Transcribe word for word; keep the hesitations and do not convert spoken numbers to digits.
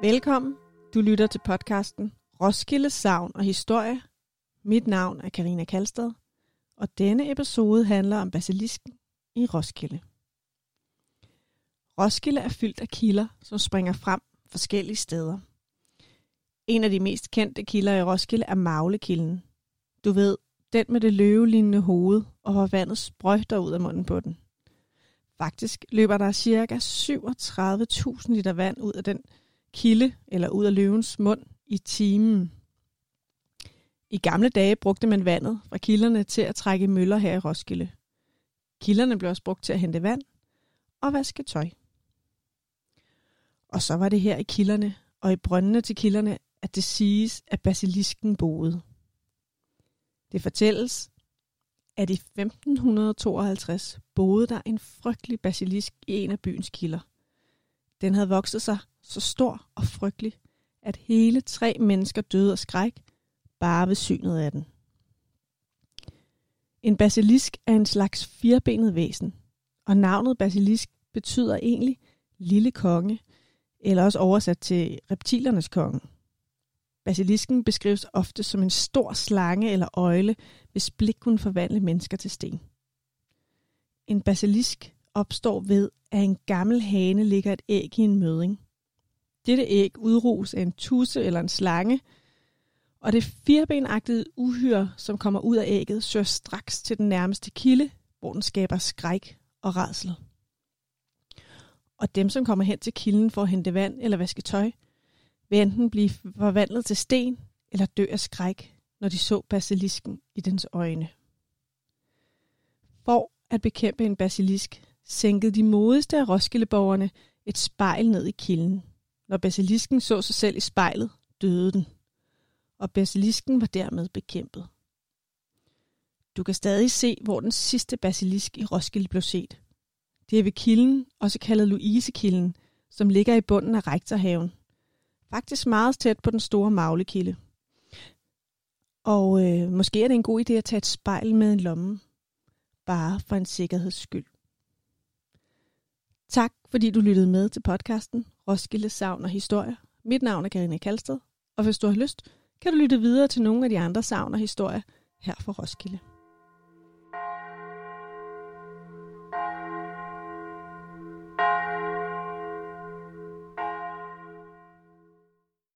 Velkommen. Du lytter til podcasten Roskilde Sagn og Historie. Mit navn er Karina Kalstad, og denne episode handler om basilisken i Roskilde. Roskilde er fyldt af kilder, som springer frem forskellige steder. En af de mest kendte kilder i Roskilde er Maglekilden. Du ved, den med det løvelignende hoved, og hvor vandet sprøjter ud af munden på den. Faktisk løber der ca. syvogtredive tusind liter vand ud af den kilde, eller ud af løvens mund, i timen. I gamle dage brugte man vandet fra kilderne til at trække møller her i Roskilde. Kilderne blev også brugt til at hente vand og vaske tøj. Og så var det her i kilderne og i brøndene til kilderne, at det siges, at basilisken boede. Det fortælles, at i femten tooghalvtreds boede der en frygtelig basilisk i en af byens kilder. Den havde vokset sig så stor og frygtelig, at hele tre mennesker døde af skræk bare ved synet af den. En basilisk er en slags firbenet væsen, og navnet basilisk betyder egentlig lille konge, eller også oversat til reptilernes konge. Basilisken beskrives ofte som en stor slange eller øgle, hvis blik kunne forvandle mennesker til sten. En basilisk opstår ved, at en gammel hane lægger et æg i en mødding. Dette æg udruges af en tudse eller en slange, og det firbenagtige uhyre, som kommer ud af ægget, søger straks til den nærmeste kilde, hvor den skaber skræk og rædsel. Og dem, som kommer hen til kilden for at hente vand eller vaske tøj, vil enten blive forvandlet til sten eller dø af skræk, når de så basilisken i dens øjne. For at bekæmpe en basilisk, sænkede de modigste af Roskildeborgerne et spejl ned i kilden. Når basilisken så sig selv i spejlet, døde den, og basilisken var dermed bekæmpet. Du kan stadig se, hvor den sidste basilisk i Roskilde blev set. Det er ved kilden, også kaldet Louisekilden, som ligger i bunden af Rektorhaven. Faktisk meget tæt på den store Maglekilde. Og øh, måske er det en god idé at tage et spejl med en lomme, bare for en sikkerheds skyld. Tak fordi du lyttede med til podcasten Roskilde Sagn og Historie. Mit navn er Karina Kalstad, og hvis du har lyst, kan du lytte videre til nogle af de andre sagn og historier her fra Roskilde.